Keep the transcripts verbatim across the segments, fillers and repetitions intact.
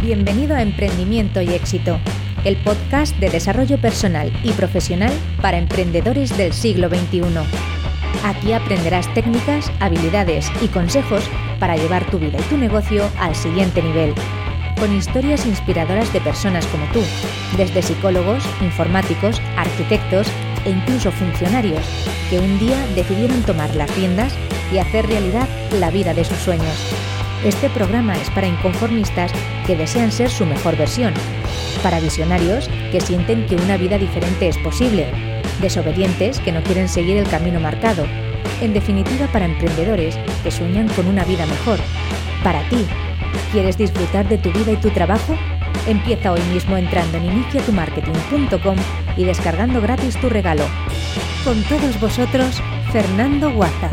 Bienvenido a Emprendimiento y Éxito, el podcast de desarrollo personal y profesional para emprendedores del siglo veintiuno. Aquí aprenderás técnicas, habilidades y consejos para llevar tu vida y tu negocio al siguiente nivel, con historias inspiradoras de personas como tú, desde psicólogos, informáticos, arquitectos e incluso funcionarios, que un día decidieron tomar las riendas y hacer realidad la vida de sus sueños. Este programa es para inconformistas que desean ser su mejor versión, para visionarios que sienten que una vida diferente es posible, desobedientes que no quieren seguir el camino marcado, en definitiva para emprendedores que sueñan con una vida mejor. Para ti, ¿quieres disfrutar de tu vida y tu trabajo? Empieza hoy mismo entrando en inicia tu marketing punto com y descargando gratis tu regalo. Con todos vosotros, Fernando Guaza.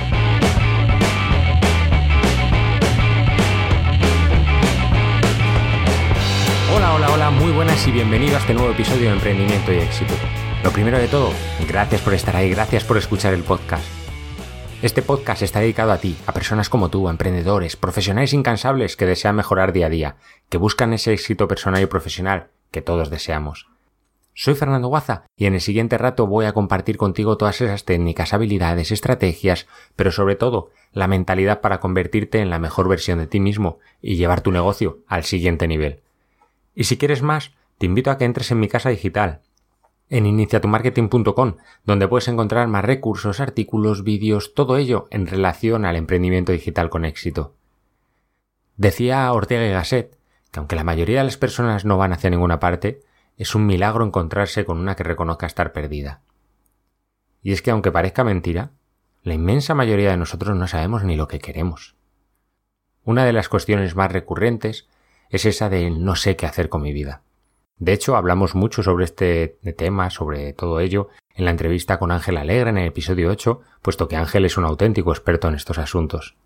Hola, hola, hola, muy buenas y bienvenido a este nuevo episodio de Emprendimiento y Éxito. Lo primero de todo, gracias por estar ahí, gracias por escuchar el podcast. Este podcast está dedicado a ti, a personas como tú, a emprendedores, profesionales incansables que desean mejorar día a día, que buscan ese éxito personal y profesional que todos deseamos. Soy Fernando Guaza y en el siguiente rato voy a compartir contigo todas esas técnicas, habilidades, estrategias, pero sobre todo la mentalidad para convertirte en la mejor versión de ti mismo y llevar tu negocio al siguiente nivel. Y si quieres más, te invito a que entres en mi casa digital, en inicia tu marketing punto com, donde puedes encontrar más recursos, artículos, vídeos, todo ello en relación al emprendimiento digital con éxito. Decía Ortega y Gasset que aunque la mayoría de las personas no van hacia ninguna parte, es un milagro encontrarse con una que reconozca estar perdida. Y es que aunque parezca mentira, la inmensa mayoría de nosotros no sabemos ni lo que queremos. Una de las cuestiones más recurrentes es esa de no sé qué hacer con mi vida. De hecho, hablamos mucho sobre este tema, sobre todo ello, en la entrevista con Ángel Alegre en el episodio ocho, puesto que Ángel es un auténtico experto en estos asuntos.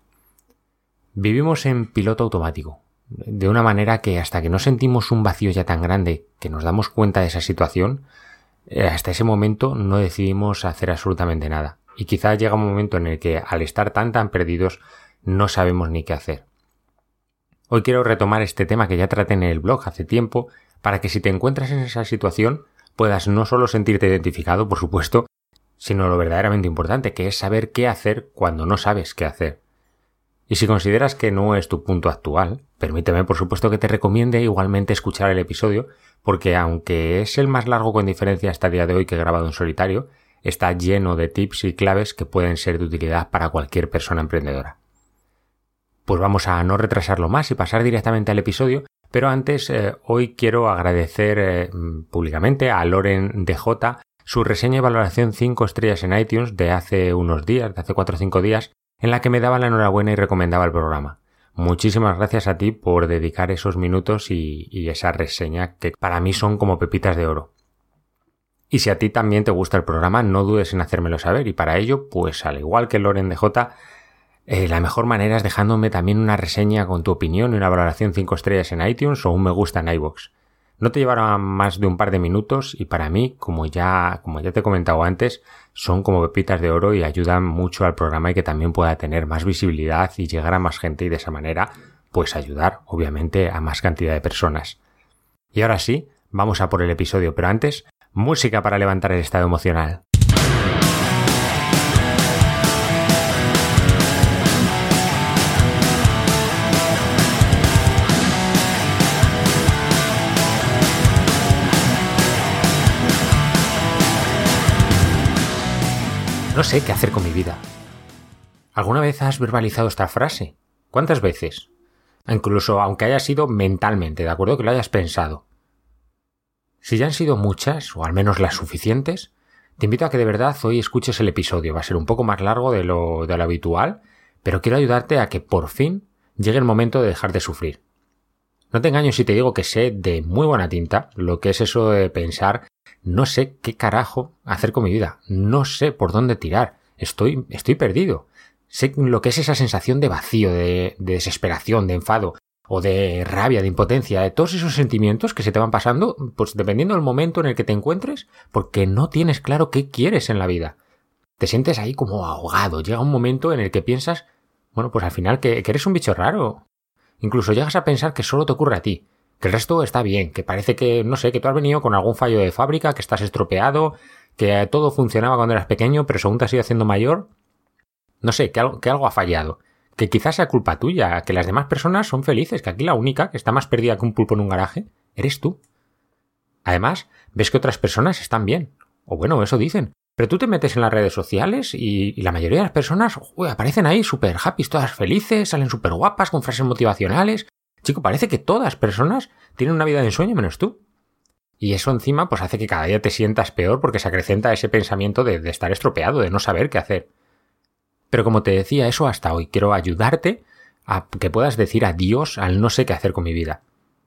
Vivimos en piloto automático, de una manera que hasta que no sentimos un vacío ya tan grande que nos damos cuenta de esa situación, hasta ese momento no decidimos hacer absolutamente nada. Y quizá llega un momento en el que, al estar tan tan perdidos, no sabemos ni qué hacer. Hoy quiero retomar este tema que ya traté en el blog hace tiempo, para que si te encuentras en esa situación puedas no solo sentirte identificado, por supuesto, sino lo verdaderamente importante, que es saber qué hacer cuando no sabes qué hacer. Y si consideras que no es tu punto actual, permíteme por supuesto que te recomiende igualmente escuchar el episodio, porque aunque es el más largo con diferencia hasta el día de hoy que he grabado en solitario, está lleno de tips y claves que pueden ser de utilidad para cualquier persona emprendedora. Pues vamos a no retrasarlo más y pasar directamente al episodio, pero antes eh, hoy quiero agradecer eh, públicamente a Loren D J su reseña y valoración cinco estrellas en iTunes de hace unos días, de hace cuatro o cinco días, en la que me daba la enhorabuena y recomendaba el programa. Muchísimas gracias a ti por dedicar esos minutos y, y esa reseña que para mí son como pepitas de oro. Y si a ti también te gusta el programa, no dudes en hacérmelo saber y para ello, pues al igual que Loren D J, Eh, la mejor manera es dejándome también una reseña con tu opinión y una valoración cinco estrellas en iTunes o un me gusta en iVoox. No te llevará más de un par de minutos y para mí, como ya, como ya te he comentado antes, son como pepitas de oro y ayudan mucho al programa y que también pueda tener más visibilidad y llegar a más gente y de esa manera, pues ayudar, obviamente, a más cantidad de personas. Y ahora sí, vamos a por el episodio, pero antes, música para levantar el estado emocional. No sé qué hacer con mi vida. ¿Alguna vez has verbalizado esta frase? ¿Cuántas veces? Incluso aunque haya sido mentalmente, ¿de acuerdo? Que lo hayas pensado. Si ya han sido muchas, o al menos las suficientes, te invito a que de verdad hoy escuches el episodio. Va a ser un poco más largo de lo, de lo habitual, pero quiero ayudarte a que por fin llegue el momento de dejar de sufrir. No te engaño si te digo que sé de muy buena tinta lo que es eso de pensar no sé qué carajo hacer con mi vida, no sé por dónde tirar, estoy, estoy perdido. Sé lo que es esa sensación de vacío, de, de desesperación, de enfado, o de rabia, de impotencia, de todos esos sentimientos que se te van pasando, pues dependiendo del momento en el que te encuentres, porque no tienes claro qué quieres en la vida. Te sientes ahí como ahogado, llega un momento en el que piensas, bueno, pues al final que, que eres un bicho raro. Incluso llegas a pensar que solo te ocurre a ti, que el resto está bien, que parece que, no sé, que tú has venido con algún fallo de fábrica, que estás estropeado, que todo funcionaba cuando eras pequeño, pero según te has ido haciendo mayor, no sé, que algo, que algo ha fallado. Que quizás sea culpa tuya, que las demás personas son felices, que aquí la única que está más perdida que un pulpo en un garaje eres tú. Además, ves que otras personas están bien. O bueno, eso dicen. Pero tú te metes en las redes sociales y, y la mayoría de las personas uy, aparecen ahí súper happy, todas felices, salen súper guapas, con frases motivacionales. Chico, parece que todas las personas tienen una vida de ensueño menos tú. Y eso encima pues hace que cada día te sientas peor porque se acrecenta ese pensamiento de, de estar estropeado, de no saber qué hacer. Pero como te decía, eso hasta hoy. Quiero ayudarte a que puedas decir adiós al no sé qué hacer con mi vida.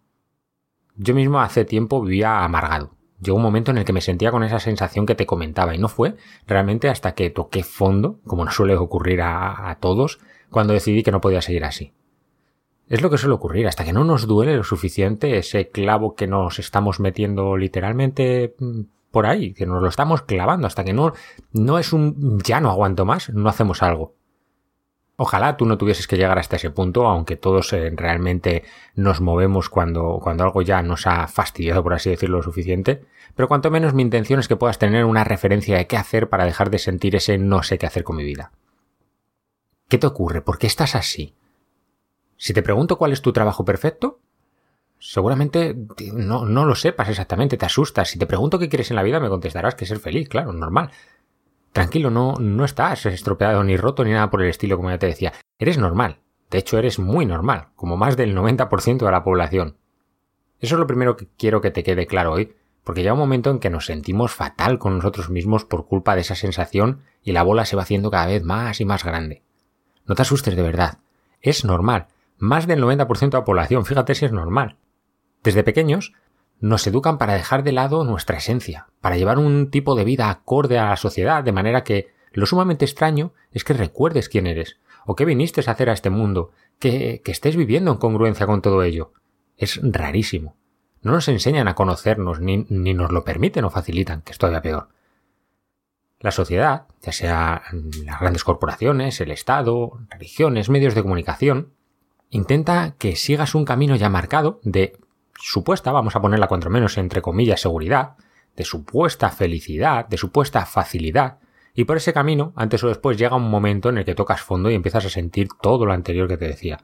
Yo mismo hace tiempo vivía amargado. Llegó un momento en el que me sentía con esa sensación que te comentaba y no fue realmente hasta que toqué fondo, como nos suele ocurrir a, a todos, cuando decidí que no podía seguir así. Es lo que suele ocurrir, hasta que no nos duele lo suficiente ese clavo que nos estamos metiendo literalmente por ahí, que nos lo estamos clavando, hasta que no, no es un ya no aguanto más, no hacemos algo. Ojalá tú no tuvieses que llegar hasta ese punto, aunque todos eh, realmente nos movemos cuando, cuando algo ya nos ha fastidiado, por así decirlo, lo suficiente, pero cuanto menos mi intención es que puedas tener una referencia de qué hacer para dejar de sentir ese no sé qué hacer con mi vida. ¿Qué te ocurre? ¿Por qué estás así? Si te pregunto cuál es tu trabajo perfecto, seguramente no, no lo sepas exactamente, te asustas. Si te pregunto qué quieres en la vida, me contestarás que ser feliz, claro, normal. Tranquilo, no, no estás estropeado ni roto ni nada por el estilo, como ya te decía. Eres normal. De hecho, eres muy normal, como más del noventa por ciento de la población. Eso es lo primero que quiero que te quede claro hoy, porque llega un momento en que nos sentimos fatal con nosotros mismos por culpa de esa sensación y la bola se va haciendo cada vez más y más grande. No te asustes de verdad. Es normal. Más del noventa por ciento de la población, fíjate si es normal. Desde pequeños nos educan para dejar de lado nuestra esencia, para llevar un tipo de vida acorde a la sociedad, de manera que lo sumamente extraño es que recuerdes quién eres, o qué viniste a hacer a este mundo, que, que estés viviendo en congruencia con todo ello. Es rarísimo. No nos enseñan a conocernos, ni, ni nos lo permiten o facilitan, que es todavía peor. La sociedad, ya sea las grandes corporaciones, el Estado, religiones, medios de comunicación, intenta que sigas un camino ya marcado de supuesta, vamos a ponerla cuanto menos entre comillas, seguridad, de supuesta felicidad, de supuesta facilidad, y por ese camino, antes o después, llega un momento en el que tocas fondo y empiezas a sentir todo lo anterior que te decía.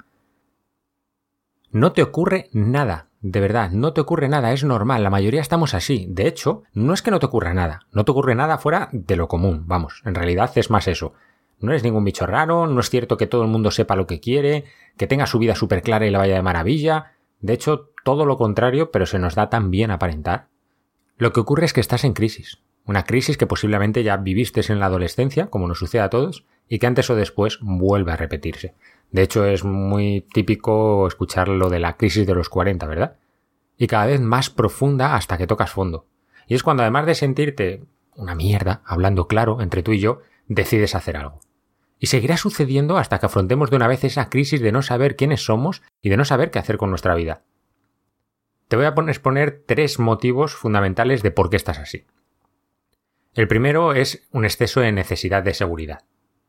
No te ocurre nada, de verdad, no te ocurre nada, es normal, la mayoría estamos así. De hecho, no es que no te ocurra nada, no te ocurre nada fuera de lo común, vamos, en realidad es más eso. No eres ningún bicho raro, no es cierto que todo el mundo sepa lo que quiere, que tenga su vida súper clara y la vaya de maravilla. De hecho, todo lo contrario, pero se nos da tan bien aparentar. Lo que ocurre es que estás en crisis. Una crisis que posiblemente ya viviste en la adolescencia, como nos sucede a todos, y que antes o después vuelve a repetirse. De hecho, es muy típico escuchar lo de la crisis de los cuarenta, ¿verdad? Y cada vez más profunda hasta que tocas fondo. Y es cuando, además de sentirte una mierda, hablando claro entre tú y yo, decides hacer algo. Y seguirá sucediendo hasta que afrontemos de una vez esa crisis de no saber quiénes somos y de no saber qué hacer con nuestra vida. Te voy a exponer tres motivos fundamentales de por qué estás así. El primero es un exceso de necesidad de seguridad.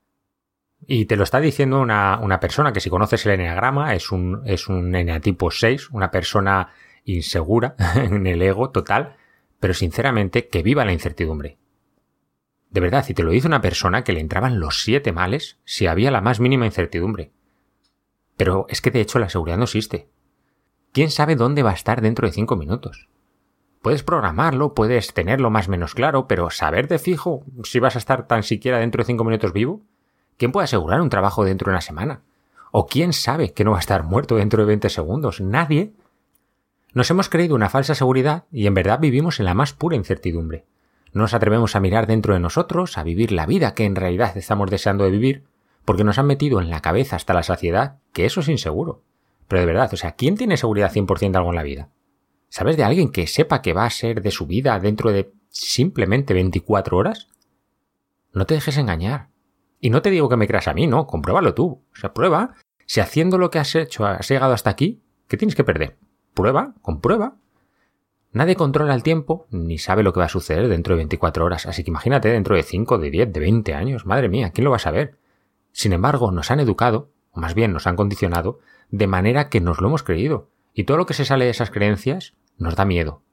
Y te lo está diciendo una, una persona que, si conoces el eneagrama, es un, es un eneatipo seis, una persona insegura en el ego total, pero sinceramente que viva la incertidumbre. De verdad, y te lo dice una persona que le entraban los siete males si había la más mínima incertidumbre. Pero es que de hecho la seguridad no existe. ¿Quién sabe dónde va a estar dentro de cinco minutos? Puedes programarlo, puedes tenerlo más o menos claro, pero ¿saber de fijo si vas a estar tan siquiera dentro de cinco minutos vivo? ¿Quién puede asegurar un trabajo dentro de una semana? ¿O quién sabe que no va a estar muerto dentro de veinte segundos? Nadie. Nos hemos creído una falsa seguridad y en verdad vivimos en la más pura incertidumbre. No nos atrevemos a mirar dentro de nosotros, a vivir la vida que en realidad estamos deseando de vivir, porque nos han metido en la cabeza hasta la saciedad que eso es inseguro. Pero de verdad, o sea, ¿quién tiene seguridad cien por ciento de algo en la vida? ¿Sabes de alguien que sepa que va a ser de su vida dentro de simplemente veinticuatro horas? No te dejes engañar. Y no te digo que me creas a mí, no, compruébalo tú. O sea, prueba. Si haciendo lo que has hecho has llegado hasta aquí, ¿qué tienes que perder? Prueba, comprueba. Nadie controla el tiempo ni sabe lo que va a suceder dentro de veinticuatro horas, así que imagínate dentro de cinco, de diez, de veinte años. Madre mía, ¿quién lo va a saber? Sin embargo, nos han educado, o más bien nos han condicionado, de manera que nos lo hemos creído. Y todo lo que se sale de esas creencias nos da miedo.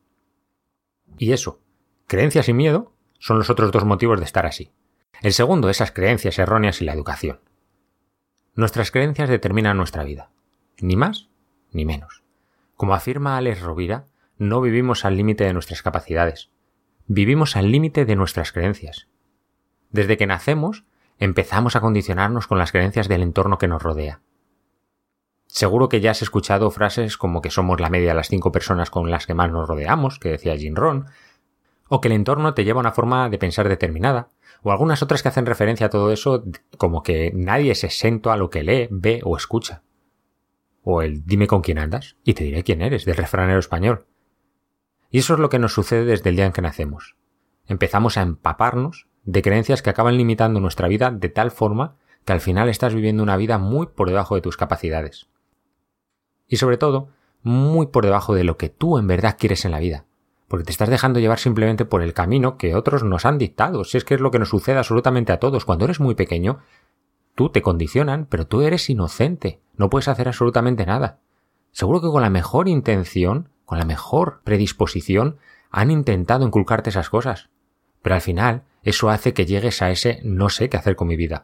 Y eso, creencias y miedo, son los otros dos motivos de estar así. El segundo, esas creencias erróneas y la educación. Nuestras creencias determinan nuestra vida. Ni más ni menos. Como afirma Alex Rovira, no vivimos al límite de nuestras capacidades. Vivimos al límite de nuestras creencias. Desde que nacemos, empezamos a condicionarnos con las creencias del entorno que nos rodea. Seguro que ya has escuchado frases como que somos la media de las cinco personas con las que más nos rodeamos, que decía Jim Rohn, o que el entorno te lleva a una forma de pensar determinada, o algunas otras que hacen referencia a todo eso como que nadie es exento a lo que lee, ve o escucha. O el dime con quién andas y te diré quién eres, del refranero español. Y eso es lo que nos sucede desde el día en que nacemos. Empezamos a empaparnos de creencias que acaban limitando nuestra vida de tal forma que al final estás viviendo una vida muy por debajo de tus capacidades. Y sobre todo, muy por debajo de lo que tú en verdad quieres en la vida. Porque te estás dejando llevar simplemente por el camino que otros nos han dictado. Si es que es lo que nos sucede absolutamente a todos. Cuando eres muy pequeño, tú te condicionan, pero tú eres inocente. No puedes hacer absolutamente nada. Seguro que con la mejor intención, con la mejor predisposición, han intentado inculcarte esas cosas. Pero al final, eso hace que llegues a ese no sé qué hacer con mi vida.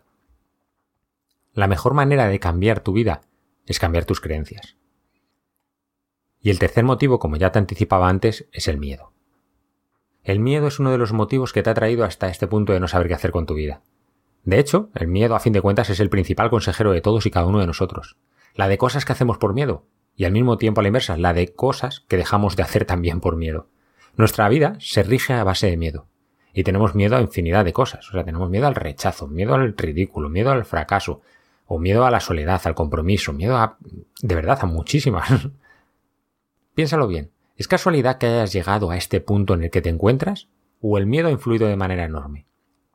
La mejor manera de cambiar tu vida es cambiar tus creencias. Y el tercer motivo, como ya te anticipaba antes, es el miedo. El miedo es uno de los motivos que te ha traído hasta este punto de no saber qué hacer con tu vida. De hecho, el miedo, a fin de cuentas, es el principal consejero de todos y cada uno de nosotros. La de cosas que hacemos por miedo, y al mismo tiempo a la inversa, la de cosas que dejamos de hacer también por miedo. Nuestra vida se rige a base de miedo. Y tenemos miedo a infinidad de cosas. O sea, tenemos miedo al rechazo, miedo al ridículo, miedo al fracaso, o miedo a la soledad, al compromiso, miedo a... de verdad, a muchísimas. Piénsalo bien, ¿es casualidad que hayas llegado a este punto en el que te encuentras? ¿O el miedo ha influido de manera enorme?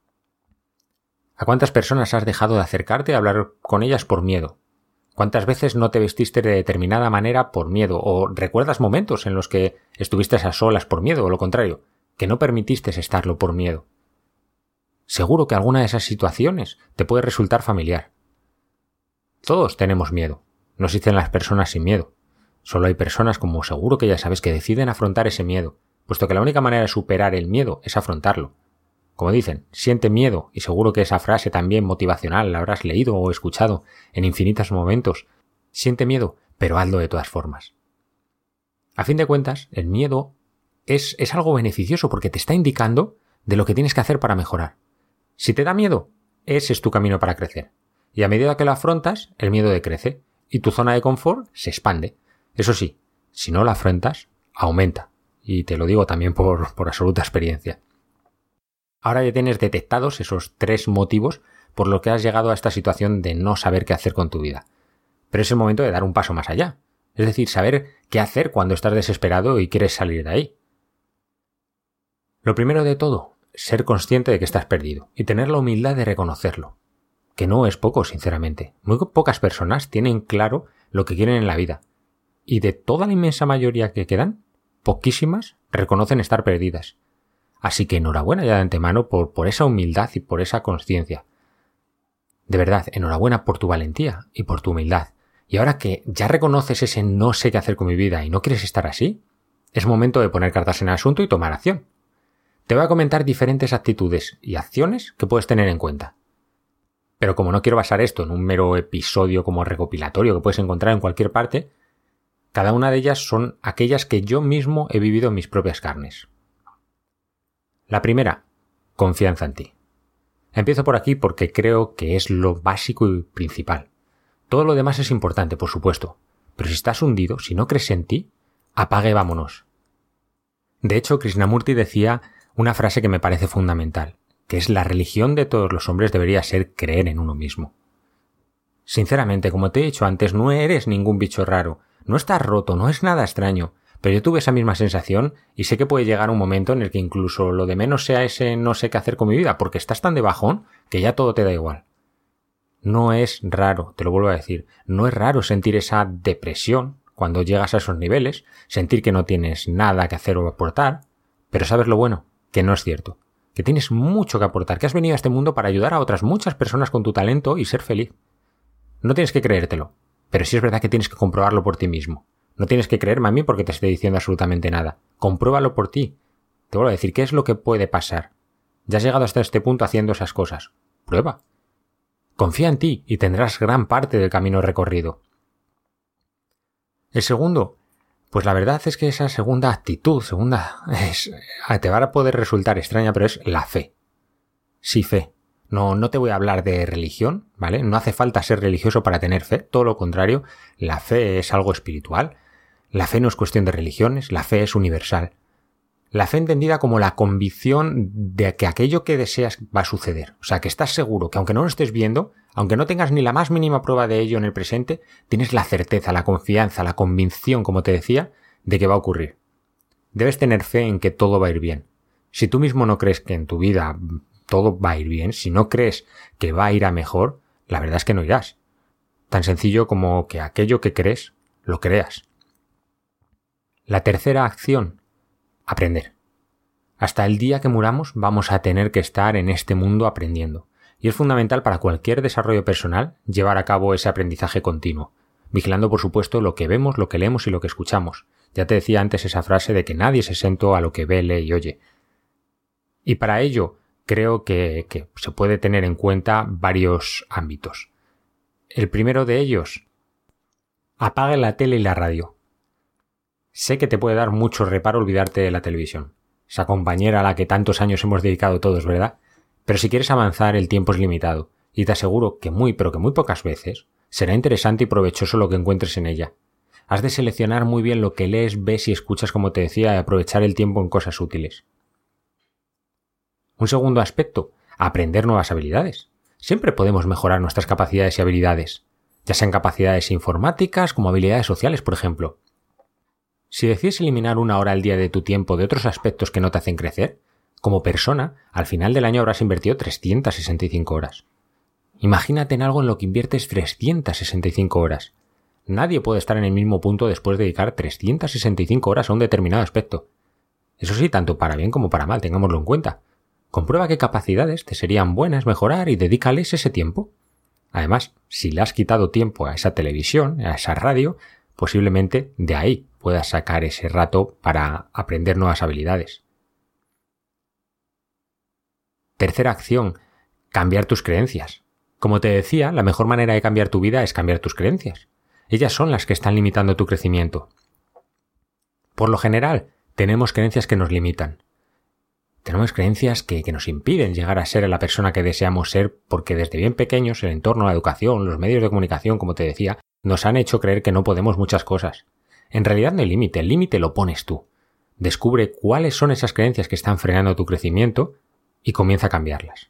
¿A cuántas personas has dejado de acercarte a hablar con ellas por miedo? ¿Cuántas veces no te vestiste de determinada manera por miedo? ¿O recuerdas momentos en los que estuviste a solas por miedo o lo contrario, que no permitiste estarlo por miedo? Seguro que alguna de esas situaciones te puede resultar familiar. Todos tenemos miedo, no existen las personas sin miedo. Solo hay personas, como seguro que ya sabes, que deciden afrontar ese miedo, puesto que la única manera de superar el miedo es afrontarlo. Como dicen, siente miedo, y seguro que esa frase también motivacional la habrás leído o escuchado en infinitos momentos. Siente miedo, pero hazlo de todas formas. A fin de cuentas, el miedo es, es algo beneficioso porque te está indicando de lo que tienes que hacer para mejorar. Si te da miedo, ese es tu camino para crecer. Y a medida que lo afrontas, el miedo decrece, y tu zona de confort se expande. Eso sí, si no la afrontas, aumenta. Y te lo digo también por, por absoluta experiencia. Ahora ya tienes detectados esos tres motivos por los que has llegado a esta situación de no saber qué hacer con tu vida. Pero es el momento de dar un paso más allá. Es decir, saber qué hacer cuando estás desesperado y quieres salir de ahí. Lo primero de todo, ser consciente de que estás perdido y tener la humildad de reconocerlo. Que no es poco, sinceramente. Muy pocas personas tienen claro lo que quieren en la vida. Y de toda la inmensa mayoría que quedan, poquísimas reconocen estar perdidas. Así que enhorabuena ya de antemano por, por esa humildad y por esa consciencia. De verdad, enhorabuena por tu valentía y por tu humildad. Y ahora que ya reconoces ese no sé qué hacer con mi vida y no quieres estar así, es momento de poner cartas en el asunto y tomar acción. Te voy a comentar diferentes actitudes y acciones que puedes tener en cuenta. Pero como no quiero basar esto en un mero episodio como recopilatorio que puedes encontrar en cualquier parte, cada una de ellas son aquellas que yo mismo he vivido en mis propias carnes. La primera, confianza en ti. Empiezo por aquí porque creo que es lo básico y principal. Todo lo demás es importante, por supuesto, pero si estás hundido, si no crees en ti, apague y vámonos. De hecho, Krishnamurti decía una frase que me parece fundamental, que es la religión de todos los hombres debería ser creer en uno mismo. Sinceramente, como te he dicho antes, no eres ningún bicho raro. No estás roto, no es nada extraño, pero yo tuve esa misma sensación y sé que puede llegar un momento en el que incluso lo de menos sea ese no sé qué hacer con mi vida, porque estás tan de bajón que ya todo te da igual. No es raro, te lo vuelvo a decir, no es raro sentir esa depresión cuando llegas a esos niveles, sentir que no tienes nada que hacer o aportar, pero ¿sabes lo bueno? Que no es cierto, que tienes mucho que aportar, que has venido a este mundo para ayudar a otras muchas personas con tu talento y ser feliz. No tienes que creértelo, pero sí es verdad que tienes que comprobarlo por ti mismo. No tienes que creerme a mí porque te estoy diciendo absolutamente nada. Compruébalo por ti. Te vuelvo a decir, ¿qué es lo que puede pasar? Ya has llegado hasta este punto haciendo esas cosas. Prueba. Confía en ti y tendrás gran parte del camino recorrido. El segundo, pues la verdad es que esa segunda actitud, segunda, es, te va a poder resultar extraña, pero es la fe. Sí, fe. No, no te voy a hablar de religión, ¿vale? No hace falta ser religioso para tener fe, todo lo contrario, la fe es algo espiritual. La fe no es cuestión de religiones, la fe es universal. La fe entendida como la convicción de que aquello que deseas va a suceder. O sea, que estás seguro que aunque no lo estés viendo, aunque no tengas ni la más mínima prueba de ello en el presente, tienes la certeza, la confianza, la convicción, como te decía, de que va a ocurrir. Debes tener fe en que todo va a ir bien. Si tú mismo no crees que en tu vida todo va a ir bien, si no crees que va a ir a mejor, la verdad es que no irás. Tan sencillo como que aquello que crees, lo creas. La tercera acción, aprender. Hasta el día que muramos vamos a tener que estar en este mundo aprendiendo. Y es fundamental para cualquier desarrollo personal llevar a cabo ese aprendizaje continuo, vigilando por supuesto lo que vemos, lo que leemos y lo que escuchamos. Ya te decía antes esa frase de que nadie es exento a lo que ve, lee y oye. Y para ello creo que, que se puede tener en cuenta varios ámbitos. El primero de ellos, apague la tele y la radio. Sé que te puede dar mucho reparo olvidarte de la televisión, esa compañera a la que tantos años hemos dedicado todos, ¿verdad? Pero si quieres avanzar, el tiempo es limitado, y te aseguro que muy, pero que muy pocas veces será interesante y provechoso lo que encuentres en ella. Has de seleccionar muy bien lo que lees, ves y escuchas, como te decía, y aprovechar el tiempo en cosas útiles. Un segundo aspecto, aprender nuevas habilidades. Siempre podemos mejorar nuestras capacidades y habilidades, ya sean capacidades informáticas como habilidades sociales, por ejemplo. Si decides eliminar una hora al día de tu tiempo de otros aspectos que no te hacen crecer, como persona, al final del año habrás invertido trescientas sesenta y cinco horas. Imagínate en algo en lo que inviertes trescientas sesenta y cinco horas. Nadie puede estar en el mismo punto después de dedicar trescientas sesenta y cinco horas a un determinado aspecto. Eso sí, tanto para bien como para mal, tengámoslo en cuenta. Comprueba qué capacidades te serían buenas mejorar y dedícales ese tiempo. Además, si le has quitado tiempo a esa televisión, a esa radio, posiblemente de ahí puedas sacar ese rato para aprender nuevas habilidades. Tercera acción, cambiar tus creencias. Como te decía, la mejor manera de cambiar tu vida es cambiar tus creencias. Ellas son las que están limitando tu crecimiento. Por lo general, tenemos creencias que nos limitan. Tenemos creencias que, que nos impiden llegar a ser la persona que deseamos ser porque desde bien pequeños el entorno, la educación, los medios de comunicación, como te decía, nos han hecho creer que no podemos muchas cosas. En realidad no hay límite, el límite lo pones tú. Descubre cuáles son esas creencias que están frenando tu crecimiento y comienza a cambiarlas.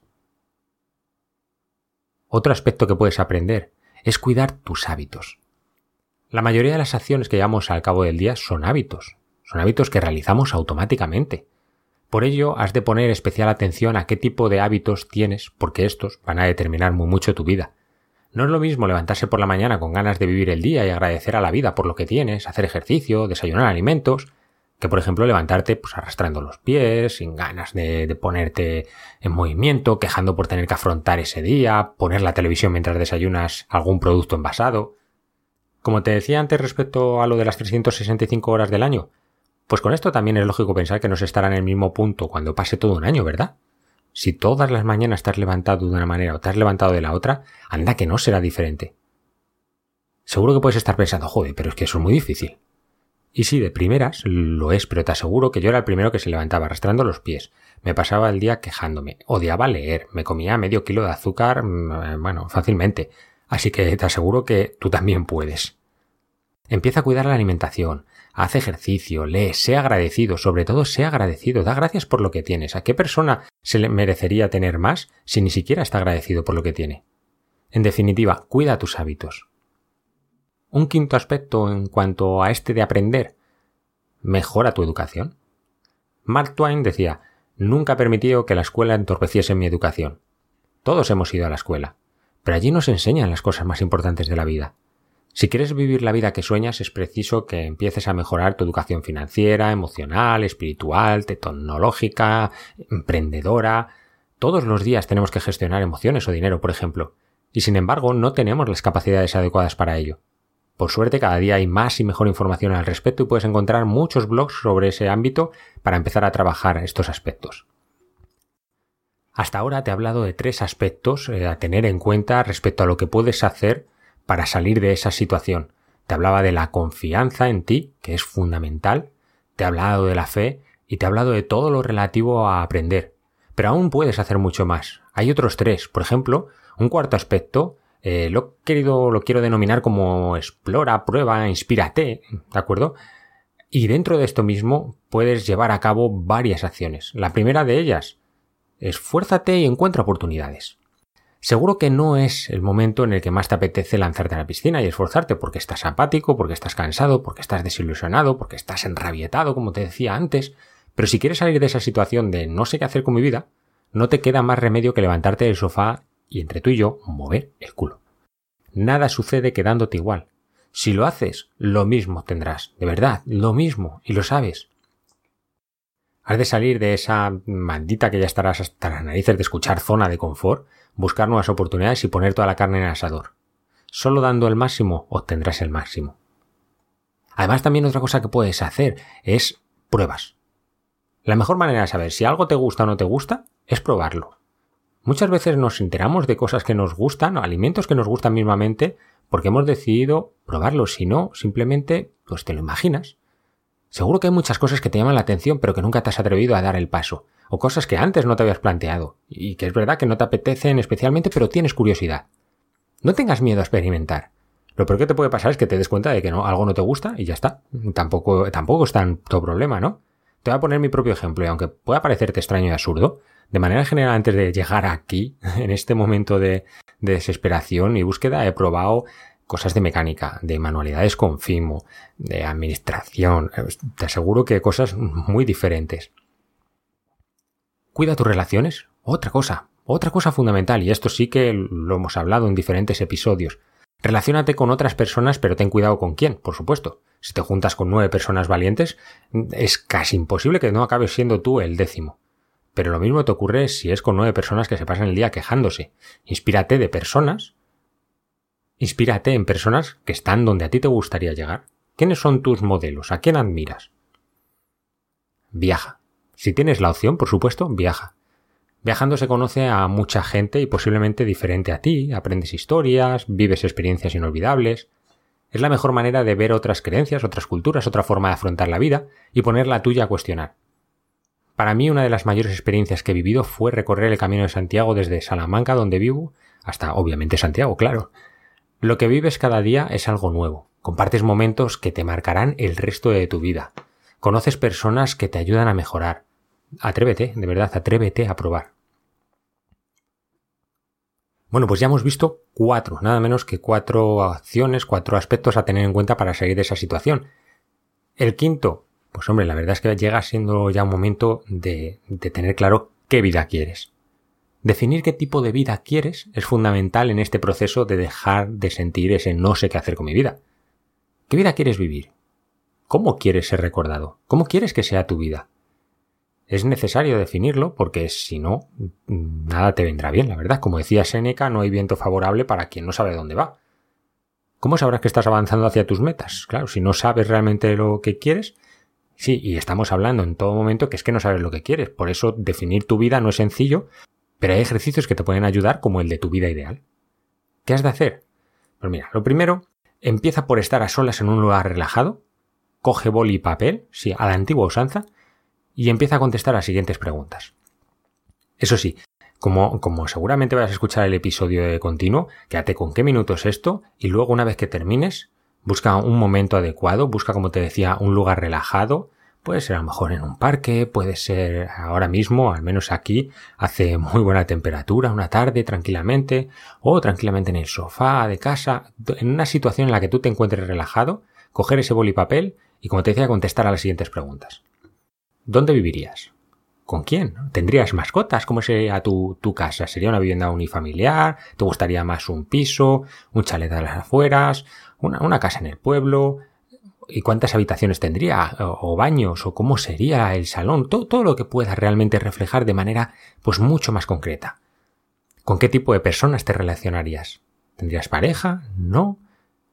Otro aspecto que puedes aprender es cuidar tus hábitos. La mayoría de las acciones que llevamos al cabo del día son hábitos, son hábitos que realizamos automáticamente. Por ello, has de poner especial atención a qué tipo de hábitos tienes, porque estos van a determinar muy mucho tu vida. No es lo mismo levantarse por la mañana con ganas de vivir el día y agradecer a la vida por lo que tienes, hacer ejercicio, desayunar alimentos, que por ejemplo levantarte pues arrastrando los pies, sin ganas de, de ponerte en movimiento, quejando por tener que afrontar ese día, poner la televisión mientras desayunas algún producto envasado. Como te decía antes respecto a lo de las trescientas sesenta y cinco horas del año, pues con esto también es lógico pensar que no se estará en el mismo punto cuando pase todo un año, ¿verdad? Si todas las mañanas te has levantado de una manera o te has levantado de la otra, anda que no será diferente. Seguro que puedes estar pensando, joder, pero es que eso es muy difícil. Y sí, de primeras lo es, pero te aseguro que yo era el primero que se levantaba arrastrando los pies. Me pasaba el día quejándome, odiaba leer, me comía medio kilo de azúcar, bueno, fácilmente. Así que te aseguro que tú también puedes. Empieza a cuidar la alimentación, haz ejercicio, lee, sé agradecido, sobre todo sé agradecido, da gracias por lo que tienes. ¿A qué persona se le merecería tener más si ni siquiera está agradecido por lo que tiene? En definitiva, cuida tus hábitos. Un quinto aspecto en cuanto a este de aprender, mejora tu educación. Mark Twain decía, nunca he permitido que la escuela entorpeciese mi educación. Todos hemos ido a la escuela, pero allí nos enseñan las cosas más importantes de la vida. Si quieres vivir la vida que sueñas, es preciso que empieces a mejorar tu educación financiera, emocional, espiritual, tecnológica, emprendedora. Todos los días tenemos que gestionar emociones o dinero, por ejemplo, y sin embargo no tenemos las capacidades adecuadas para ello. Por suerte, cada día hay más y mejor información al respecto y puedes encontrar muchos blogs sobre ese ámbito para empezar a trabajar estos aspectos. Hasta ahora te he hablado de tres aspectos eh, a tener en cuenta respecto a lo que puedes hacer para salir de esa situación. Te hablaba de la confianza en ti, que es fundamental. Te he hablado de la fe y te he hablado de todo lo relativo a aprender. Pero aún puedes hacer mucho más. Hay otros tres. Por ejemplo, un cuarto aspecto, eh, lo, he querido, lo quiero denominar como explora, prueba, inspírate, ¿de acuerdo? Y dentro de esto mismo puedes llevar a cabo varias acciones. La primera de ellas, esfuérzate y encuentra oportunidades. Seguro que no es el momento en el que más te apetece lanzarte a la piscina y esforzarte porque estás apático, porque estás cansado, porque estás desilusionado, porque estás enrabietado, como te decía antes. Pero si quieres salir de esa situación de no sé qué hacer con mi vida, no te queda más remedio que levantarte del sofá y entre tú y yo mover el culo. Nada sucede quedándote igual. Si lo haces, lo mismo tendrás. De verdad, lo mismo. Y lo sabes. Has de salir de esa maldita que ya estarás hasta las narices de escuchar zona de confort, buscar nuevas oportunidades y poner toda la carne en el asador. Solo dando el máximo obtendrás el máximo. Además, también otra cosa que puedes hacer es pruebas. La mejor manera de saber si algo te gusta o no te gusta es probarlo. Muchas veces nos enteramos de cosas que nos gustan o alimentos que nos gustan mismamente porque hemos decidido probarlos. Si no, simplemente pues te lo imaginas. Seguro que hay muchas cosas que te llaman la atención pero que nunca te has atrevido a dar el paso. O cosas que antes no te habías planteado y que es verdad que no te apetecen especialmente pero tienes curiosidad. No tengas miedo a experimentar. Lo peor que te puede pasar es que te des cuenta de que no, algo no te gusta y ya está. Tampoco, tampoco es tanto problema, ¿no? Te voy a poner mi propio ejemplo y aunque pueda parecerte extraño y absurdo, de manera general antes de llegar aquí, en este momento de, de desesperación y búsqueda, he probado cosas de mecánica, de manualidades con Fimo, de administración. Te aseguro que cosas muy diferentes. Cuida tus relaciones. Otra cosa, otra cosa fundamental, y esto sí que lo hemos hablado en diferentes episodios. Relaciónate con otras personas, pero ten cuidado con quién, por supuesto. Si te juntas con nueve personas valientes, es casi imposible que no acabes siendo tú el décimo. Pero lo mismo te ocurre si es con nueve personas que se pasan el día quejándose. Inspírate de personas. Inspírate en personas que están donde a ti te gustaría llegar. ¿Quiénes son tus modelos? ¿A quién admiras? Viaja. Si tienes la opción, por supuesto, viaja. Viajando se conoce a mucha gente y posiblemente diferente a ti, aprendes historias, vives experiencias inolvidables. Es la mejor manera de ver otras creencias, otras culturas, otra forma de afrontar la vida y poner la tuya a cuestionar. Para mí una de las mayores experiencias que he vivido fue recorrer el Camino de Santiago desde Salamanca, donde vivo, hasta obviamente Santiago, claro. Lo que vives cada día es algo nuevo. Compartes momentos que te marcarán el resto de tu vida. Conoces personas que te ayudan a mejorar. Atrévete, de verdad, atrévete a probar. Bueno, pues ya hemos visto cuatro, nada menos que cuatro acciones, cuatro aspectos a tener en cuenta para salir de esa situación. El quinto, pues hombre, la verdad es que llega siendo ya un momento de, de tener claro qué vida quieres. Definir qué tipo de vida quieres es fundamental en este proceso de dejar de sentir ese no sé qué hacer con mi vida. ¿Qué vida quieres vivir? ¿Cómo quieres ser recordado? ¿Cómo quieres que sea tu vida? Es necesario definirlo porque si no, nada te vendrá bien, la verdad. Como decía Séneca, no hay viento favorable para quien no sabe dónde va. ¿Cómo sabrás que estás avanzando hacia tus metas? Claro, si no sabes realmente lo que quieres. Sí, y estamos hablando en todo momento que es que no sabes lo que quieres. Por eso definir tu vida no es sencillo, pero hay ejercicios que te pueden ayudar como el de tu vida ideal. ¿Qué has de hacer? Pues mira, lo primero, empieza por estar a solas en un lugar relajado, coge boli y papel, sí, a la antigua usanza, y empieza a contestar las siguientes preguntas. Eso sí, como, como seguramente vayas a escuchar el episodio de continuo, quédate con qué minuto es esto y luego una vez que termines, busca un momento adecuado, busca, como te decía, un lugar relajado. Puede ser a lo mejor en un parque, puede ser ahora mismo, al menos aquí, hace muy buena temperatura, una tarde tranquilamente, o tranquilamente en el sofá de casa, en una situación en la que tú te encuentres relajado, coger ese boli y papel y, como te decía, contestar a las siguientes preguntas. ¿Dónde vivirías? ¿Con quién? ¿Tendrías mascotas? ¿Cómo sería tu, tu casa? ¿Sería una vivienda unifamiliar? ¿Te gustaría más un piso? ¿Un chalet a las afueras? ¿Una, una casa en el pueblo? ¿Y cuántas habitaciones tendría? ¿O, o baños? ¿O cómo sería el salón? Todo, todo lo que puedas realmente reflejar de manera pues mucho más concreta. ¿Con qué tipo de personas te relacionarías? ¿Tendrías pareja? ¿No?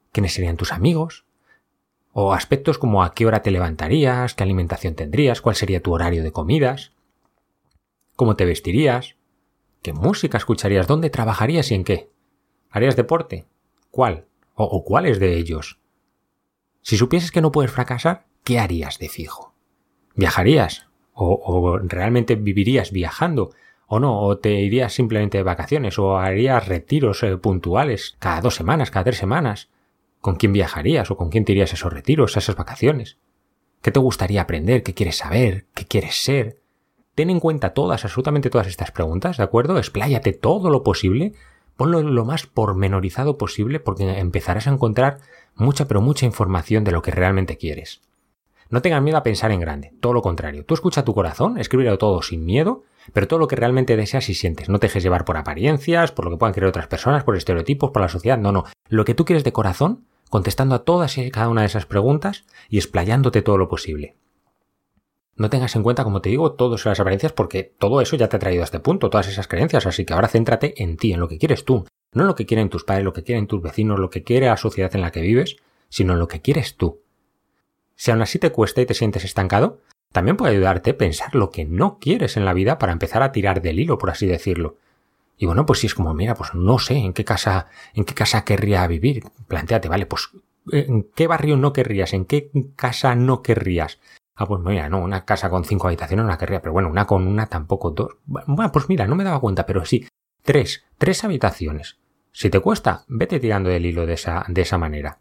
quiénes serían tus amigos, o aspectos como a qué hora te levantarías, qué alimentación tendrías, cuál sería tu horario de comidas, cómo te vestirías, qué música escucharías, dónde trabajarías y en qué. ¿Harías deporte? ¿Cuál? ¿O, o cuáles de ellos? Si supieses que no puedes fracasar, ¿qué harías de fijo? ¿Viajarías? ¿O, o realmente vivirías viajando? ¿O no? ¿O te irías simplemente de vacaciones? ¿O harías retiros eh, puntuales cada dos semanas, cada tres semanas? ¿Con quién viajarías? ¿O con quién te irías a esos retiros, a esas vacaciones? ¿Qué te gustaría aprender? ¿Qué quieres saber? ¿Qué quieres ser? Ten en cuenta todas, absolutamente todas estas preguntas, ¿de acuerdo? Expláyate todo lo posible, ponlo lo más pormenorizado posible porque empezarás a encontrar mucha pero mucha información de lo que realmente quieres. No tengas miedo a pensar en grande, todo lo contrario. Tú escucha tu corazón, escríbelo todo sin miedo, pero todo lo que realmente deseas y sientes. No te dejes llevar por apariencias, por lo que puedan creer otras personas, por estereotipos, por la sociedad. No, no. Lo que tú quieres de corazón, contestando a todas y cada una de esas preguntas y explayándote todo lo posible. No tengas en cuenta, como te digo, todas las apariencias porque todo eso ya te ha traído a este punto, todas esas creencias. Así que ahora céntrate en ti, en lo que quieres tú. No en lo que quieren tus padres, lo que quieren tus vecinos, lo que quiere la sociedad en la que vives, sino en lo que quieres tú. Si aún así te cuesta y te sientes estancado, también puede ayudarte a pensar lo que no quieres en la vida para empezar a tirar del hilo, por así decirlo. Y bueno, pues si es como, mira, pues no sé en qué casa, en qué casa querría vivir. Plantéate, vale, pues ¿en qué barrio no querrías? ¿En qué casa no querrías? Ah, pues mira, no, una casa con cinco habitaciones no la querría, pero bueno, una con una tampoco, dos. Bueno, pues mira, no me daba cuenta, pero sí, tres, tres habitaciones. Si te cuesta, vete tirando del hilo de esa, de esa manera.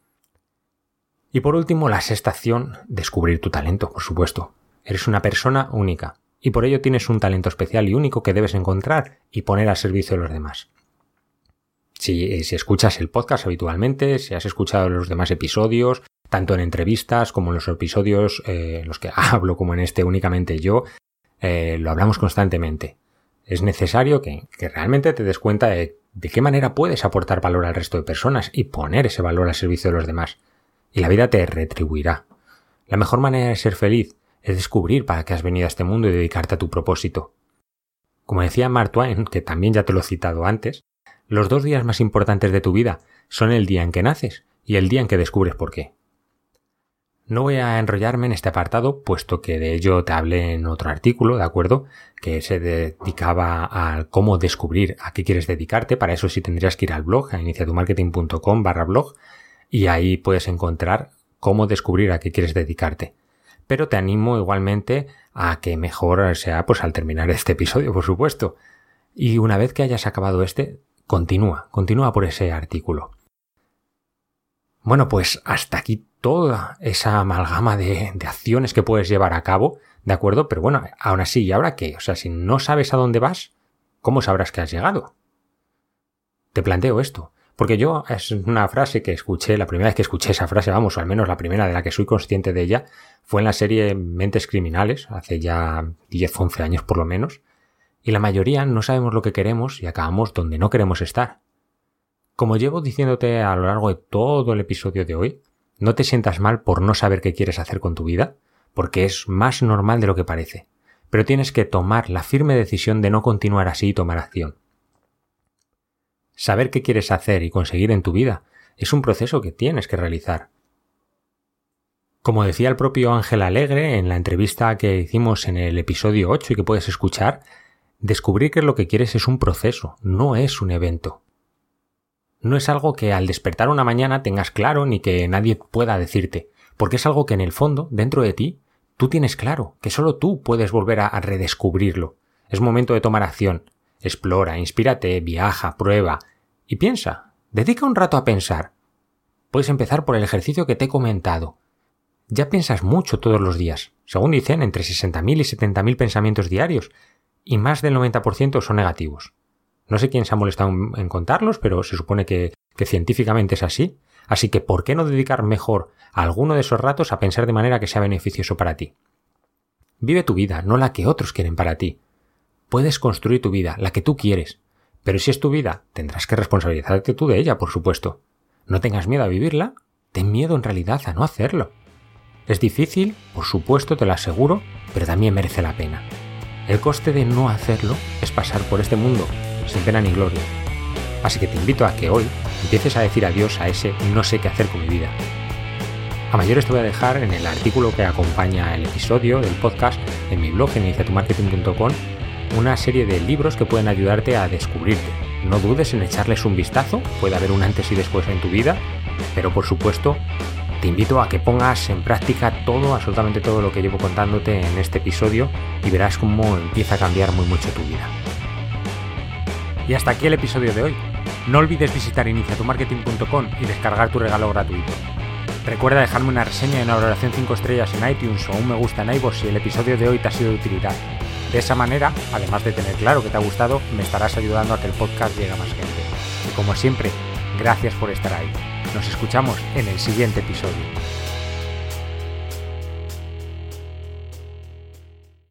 Y por último, la sexta acción, descubrir tu talento, por supuesto. Eres una persona única y por ello tienes un talento especial y único que debes encontrar y poner al servicio de los demás. Si, si escuchas el podcast habitualmente, si has escuchado los demás episodios, tanto en entrevistas como en los episodios en eh, los que hablo, como en este únicamente yo, eh, lo hablamos constantemente. Es necesario que, que realmente te des cuenta de, de qué manera puedes aportar valor al resto de personas y poner ese valor al servicio de los demás. Y la vida te retribuirá. La mejor manera de ser feliz es descubrir para qué has venido a este mundo y dedicarte a tu propósito. Como decía Mark Twain, que también ya te lo he citado antes, los dos días más importantes de tu vida son el día en que naces y el día en que descubres por qué. No voy a enrollarme en este apartado, puesto que de ello te hablé en otro artículo, ¿de acuerdo? Que se dedicaba a cómo descubrir a qué quieres dedicarte. Para eso sí tendrías que ir al blog, a iniciatumarketing.com barra blog, y ahí puedes encontrar cómo descubrir a qué quieres dedicarte. Pero te animo igualmente a que mejor sea pues al terminar este episodio, por supuesto. Y una vez que hayas acabado este, continúa, continúa por ese artículo. Bueno, pues hasta aquí toda esa amalgama de, de acciones que puedes llevar a cabo, ¿de acuerdo? Pero bueno, aún así, ¿y ahora qué? O sea, si no sabes a dónde vas, ¿cómo sabrás que has llegado? Te planteo esto. Porque yo, es una frase que escuché, la primera vez que escuché esa frase, vamos, o al menos la primera de la que soy consciente de ella, fue en la serie Mentes Criminales, hace ya diez u once años por lo menos, y la mayoría no sabemos lo que queremos y acabamos donde no queremos estar. Como llevo diciéndote a lo largo de todo el episodio de hoy, no te sientas mal por no saber qué quieres hacer con tu vida, porque es más normal de lo que parece, pero tienes que tomar la firme decisión de no continuar así y tomar acción. Saber qué quieres hacer y conseguir en tu vida es un proceso que tienes que realizar. Como decía el propio Ángel Alegre en la entrevista que hicimos en el episodio ocho y que puedes escuchar, descubrir qué es lo que quieres es un proceso, no es un evento. No es algo que al despertar una mañana tengas claro ni que nadie pueda decirte, porque es algo que en el fondo, dentro de ti, tú tienes claro, que solo tú puedes volver a, a redescubrirlo. Es momento de tomar acción. Explora, inspírate, viaja, prueba y piensa. Dedica un rato a pensar. Puedes empezar por el ejercicio que te he comentado. Ya piensas mucho todos los días. Según dicen, entre sesenta mil y setenta mil pensamientos diarios y más del noventa por ciento son negativos. No sé quién se ha molestado en contarlos, pero se supone que, que científicamente es así. Así que, ¿por qué no dedicar mejor a alguno de esos ratos a pensar de manera que sea beneficioso para ti? Vive tu vida, no la que otros quieren para ti. Puedes construir tu vida, la que tú quieres. Pero si es tu vida, tendrás que responsabilizarte tú de ella, por supuesto. No tengas miedo a vivirla, ten miedo en realidad a no hacerlo. Es difícil, por supuesto, te lo aseguro, pero también merece la pena. El coste de no hacerlo es pasar por este mundo sin pena ni gloria. Así que te invito a que hoy empieces a decir adiós a ese no sé qué hacer con mi vida. A mayores te voy a dejar en el artículo que acompaña el episodio del podcast en mi blog en inicia tu marketing punto com una serie de libros que pueden ayudarte a descubrirte. No dudes en echarles un vistazo, puede haber un antes y después en tu vida, pero por supuesto te invito a que pongas en práctica todo, absolutamente todo lo que llevo contándote en este episodio y verás cómo empieza a cambiar muy mucho tu vida. Y hasta aquí el episodio de hoy. No olvides visitar inicia tu marketing punto com y descargar tu regalo gratuito. Recuerda dejarme una reseña y una valoración cinco estrellas en iTunes o un me gusta en iVoox si el episodio de hoy te ha sido de utilidad. De esa manera, además de tener claro que te ha gustado, me estarás ayudando a que el podcast llegue a más gente. Y como siempre, gracias por estar ahí. Nos escuchamos en el siguiente episodio.